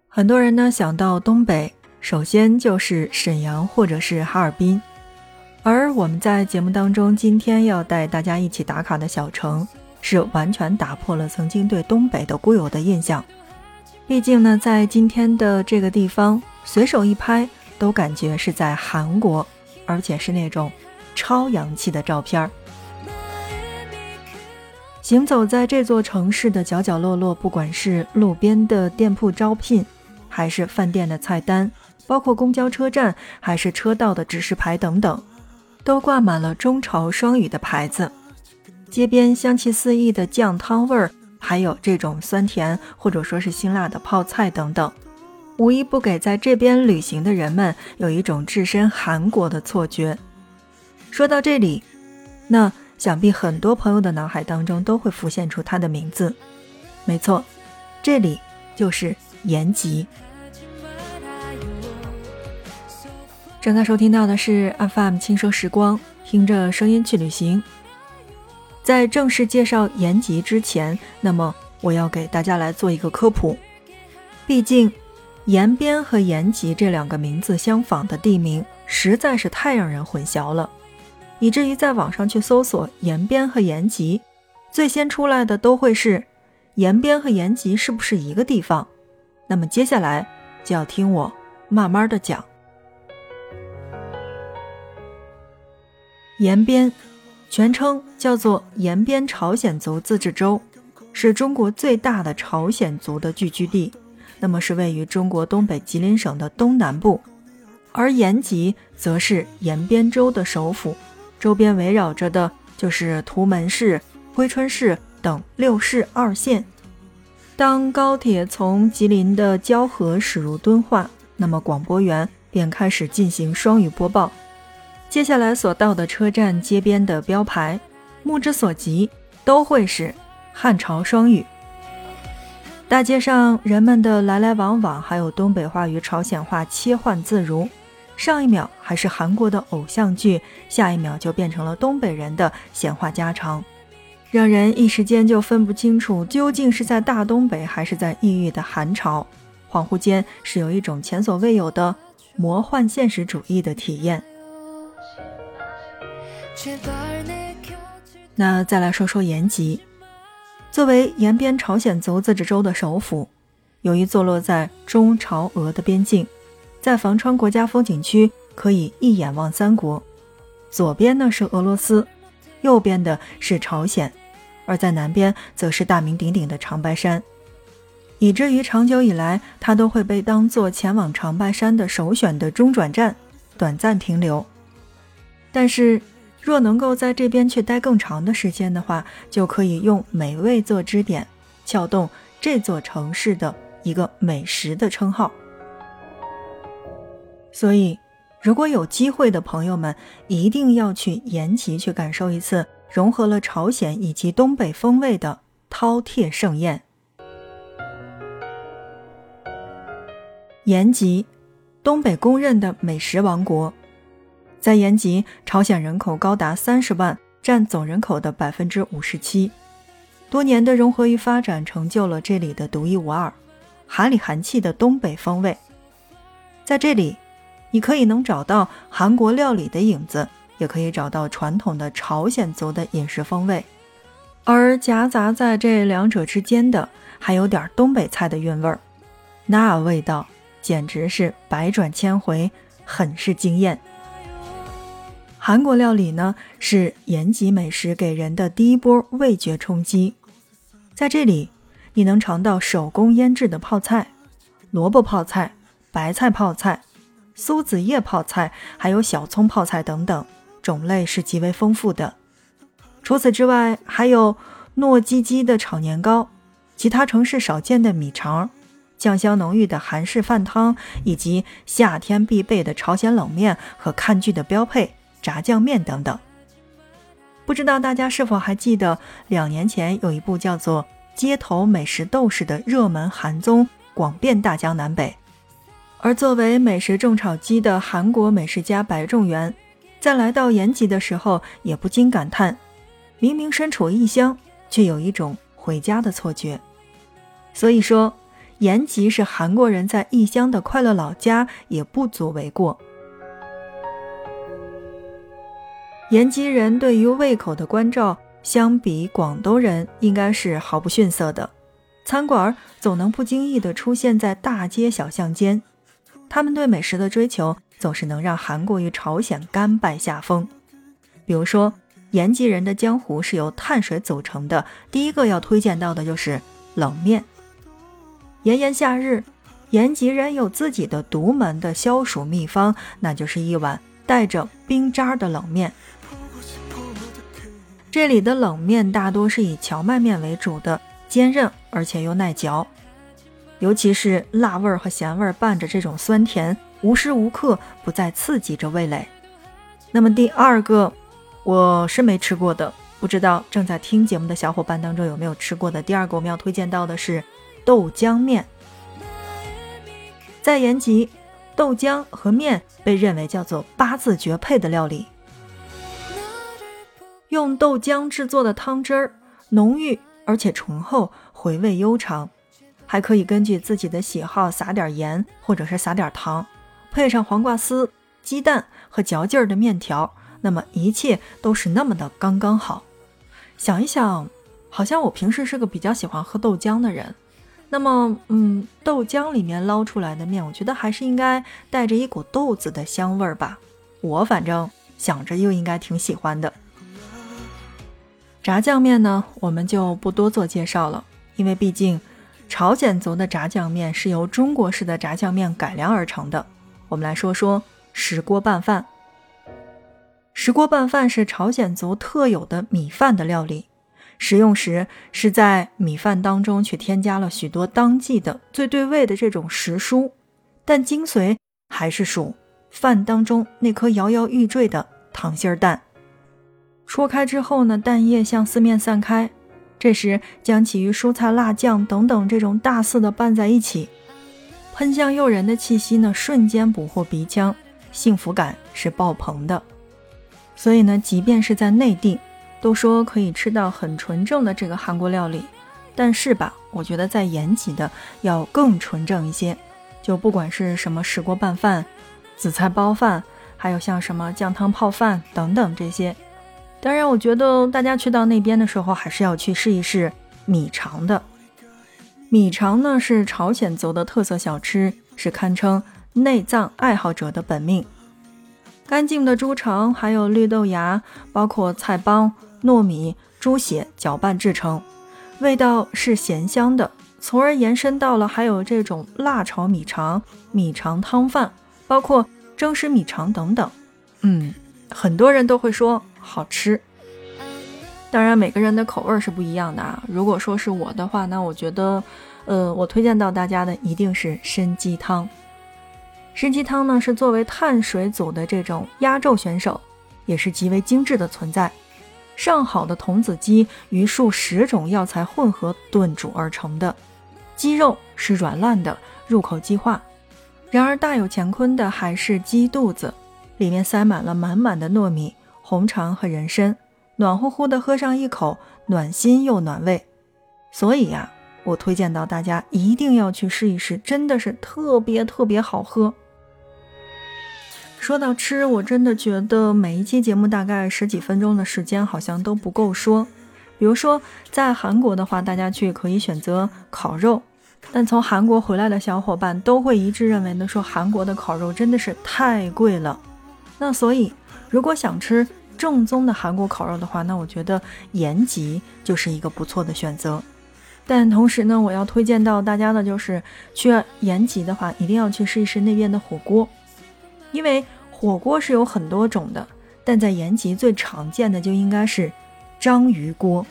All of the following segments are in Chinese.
很多人呢想到东北，首先就是沈阳或者是哈尔滨。而我们在节目当中今天要带大家一起打卡的小城，是完全打破了曾经对东北的固有的印象。毕竟呢，在今天的这个地方，随手一拍都感觉是在韩国，而且是那种超洋气的照片。行走在这座城市的角角落落，不管是路边的店铺招聘，还是饭店的菜单，包括公交车站，还是车道的指示牌等等，都挂满了中朝双语的牌子。街边香气四溢的酱汤味儿，还有这种酸甜或者说是辛辣的泡菜等等，无一不给在这边旅行的人们有一种置身韩国的错觉。说到这里，那想必很多朋友的脑海当中都会浮现出它的名字。没错，这里就是延吉。正在收听到的是 FM 轻奢时光，听着声音去旅行。在正式介绍延吉之前，那么我要给大家来做一个科普。毕竟延边和延吉这两个名字相仿的地名实在是太让人混淆了，以至于在网上去搜索延边和延吉，最先出来的都会是延边和延吉是不是一个地方。那么接下来就要听我慢慢的讲。延边全称叫做延边朝鲜族自治州，是中国最大的朝鲜族的聚居地，那么是位于中国东北吉林省的东南部。而延吉则是延边州的首府，周边围绕着的就是图门市、珲春市等6市2县。当高铁从吉林的蛟河驶入敦化，那么广播员便开始进行双语播报。接下来所到的车站街边的标牌，目之所及都会是汉朝双语。大街上人们的来来往往，还有东北话与朝鲜话切换自如，上一秒还是韩国的偶像剧，下一秒就变成了东北人的闲话家常，让人一时间就分不清楚究竟是在大东北还是在异域的韩朝，恍惚间是有一种前所未有的魔幻现实主义的体验。那再来说说延吉。作为延边朝鲜族自治州的首府，由于坐落在中朝俄的边境，在房川国家风景区可以一眼望三国，左边呢是俄罗斯，右边的是朝鲜，而在南边则是大名鼎鼎的长白山，以至于长久以来它都会被当作前往长白山的首选的中转站，短暂停留。但是若能够在这边去待更长的时间的话，就可以用美味做支点，撬动这座城市的一个美食的称号。所以如果有机会的朋友们，一定要去延吉去感受一次融合了朝鲜以及东北风味的饕餮盛宴。延吉，东北公认的美食王国。在延吉，朝鲜人口高达30万，占总人口的57%。多年的融合与发展成就了这里的独一无二、含里含气的东北风味。在这里，你可以能找到韩国料理的影子，也可以找到传统的朝鲜族的饮食风味，而夹杂在这两者之间的还有点东北菜的韵味儿，那味道简直是百转千回，很是惊艳。韩国料理呢，是延吉美食给人的第一波味觉冲击。在这里，你能尝到手工腌制的泡菜、萝卜泡菜、白菜泡菜、苏子叶泡菜，还有小葱泡菜等等，种类是极为丰富的。除此之外，还有糯叽叽的炒年糕，其他城市少见的米肠，酱香浓郁的韩式饭汤，以及夏天必备的朝鲜冷面和看剧的标配炸酱面等等。不知道大家是否还记得2年前有一部叫做《街头美食斗士》的热门韩综广遍大江南北。而作为美食种草机的韩国美食家白仲元，在来到延吉的时候也不禁感叹，明明身处异乡，却有一种回家的错觉。所以说延吉是韩国人在异乡的快乐老家也不足为过。延吉人对于胃口的关照相比广东人应该是毫不逊色的，餐馆总能不经意地出现在大街小巷间，他们对美食的追求总是能让韩国与朝鲜甘拜下风。比如说延吉人的江湖是由碳水组成的，第一个要推荐到的就是冷面。炎炎夏日，延吉人有自己的独门的消暑秘方，那就是一碗带着冰渣的冷面。这里的冷面大多是以荞麦面为主的，坚韧而且又耐嚼，尤其是辣味和咸味伴着这种酸甜，无时无刻不在刺激着味蕾。那么第二个我是没吃过的，不知道正在听节目的小伙伴当中有没有吃过的。第二个我们要推荐到的是豆浆面。在延吉，豆浆和面被认为叫做八字绝配的料理。用豆浆制作的汤汁儿浓郁而且醇厚，回味悠长，还可以根据自己的喜好撒点盐或者是撒点糖，配上黄瓜丝、鸡蛋和嚼劲儿的面条，那么一切都是那么的刚刚好。想一想，好像我平时是个比较喜欢喝豆浆的人，那么豆浆里面捞出来的面，我觉得还是应该带着一股豆子的香味儿吧，我反正想着又应该挺喜欢的。炸酱面呢，我们就不多做介绍了，因为毕竟朝鲜族的炸酱面是由中国式的炸酱面改良而成的。我们来说说石锅拌饭。石锅拌饭是朝鲜族特有的米饭的料理，食用时是在米饭当中去添加了许多当季的最对味的这种时蔬，但精髓还是属饭当中那颗摇摇欲坠的溏心蛋。戳开之后呢，蛋液向四面散开，这时将其与蔬菜、辣酱等等这种大肆的拌在一起，喷香诱人的气息呢瞬间捕获鼻腔，幸福感是爆棚的。所以呢，即便是在内地都说可以吃到很纯正的这个韩国料理，但是吧，我觉得在延吉的要更纯正一些，就不管是什么石锅拌饭、紫菜包饭，还有像什么酱汤泡饭等等这些。当然我觉得大家去到那边的时候还是要去试一试米肠的。米肠呢是朝鲜族的特色小吃，是堪称内脏爱好者的本命。干净的猪肠还有绿豆芽，包括菜帮、糯米、猪血搅拌制成，味道是咸香的，从而延伸到了还有这种辣炒米肠、米肠汤饭，包括蒸食米肠等等。很多人都会说好吃，当然每个人的口味是不一样的啊。如果说是我的话，那我觉得我推荐到大家的一定是参鸡汤。参鸡汤呢是作为碳水组的这种压轴选手，也是极为精致的存在。上好的童子鸡与数十种药材混合炖煮而成的，鸡肉是软烂的，入口即化。然而大有乾坤的还是鸡肚子，里面塞满了满满的糯米、红肠和人参，暖乎乎的喝上一口，暖心又暖胃。所以呀，我推荐到大家一定要去试一试，真的是特别特别好喝。说到吃，我真的觉得每一期节目大概10几分钟的时间好像都不够说。比如说在韩国的话，大家去可以选择烤肉，但从韩国回来的小伙伴都会一致认为的说韩国的烤肉真的是太贵了。那所以如果想吃正宗的韩国烤肉的话，那我觉得延吉就是一个不错的选择。但同时呢，我要推荐到大家的就是去延吉的话，一定要去试一试那边的火锅。因为火锅是有很多种的，但在延吉最常见的就应该是章鱼锅。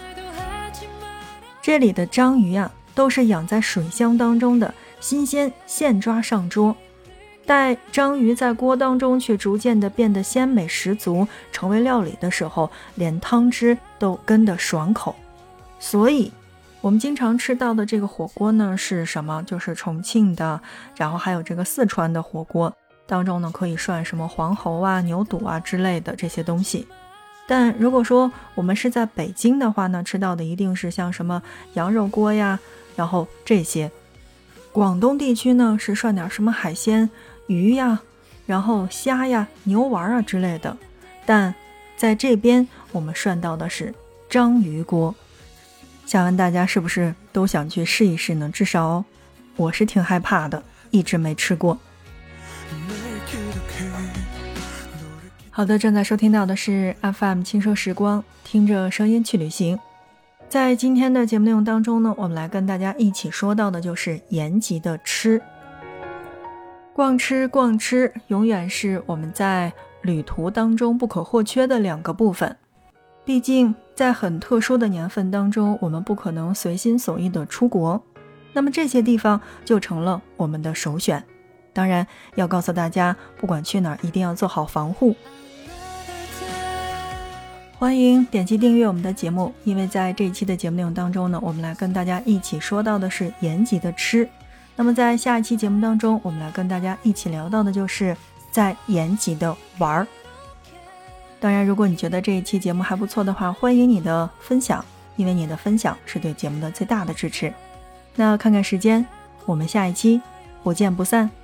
这里的章鱼啊，都是养在水箱当中的，新鲜现抓上桌。待章鱼在锅当中却逐渐的变得鲜美十足，成为料理的时候，连汤汁都跟得爽口。所以我们经常吃到的这个火锅呢是什么？就是重庆的，然后还有这个四川的火锅当中呢，可以涮什么黄喉啊、牛肚啊之类的这些东西。但如果说我们是在北京的话呢，吃到的一定是像什么羊肉锅呀，然后这些。 广东地区呢是涮点什么海鲜，鱼呀，然后虾呀、牛丸啊之类的，但在这边我们涮到的是章鱼锅。想问大家是不是都想去试一试呢？至少我是挺害怕的，一直没吃过。好的，正在收听到的是 FM 轻奢时光，听着声音去旅行。在今天的节目内容当中呢，我们来跟大家一起说到的就是延吉的吃。逛吃永远是我们在旅途当中不可或缺的两个部分。毕竟在很特殊的年份当中，我们不可能随心所欲的出国，那么这些地方就成了我们的首选。当然要告诉大家，不管去哪儿一定要做好防护。欢迎点击订阅我们的节目，因为在这一期的节目内容当中呢，我们来跟大家一起说到的是延吉的吃。那么在下一期节目当中，我们来跟大家一起聊到的就是在延吉的玩。当然如果你觉得这一期节目还不错的话，欢迎你的分享，因为你的分享是对节目的最大的支持。那看看时间，我们下一期不见不散。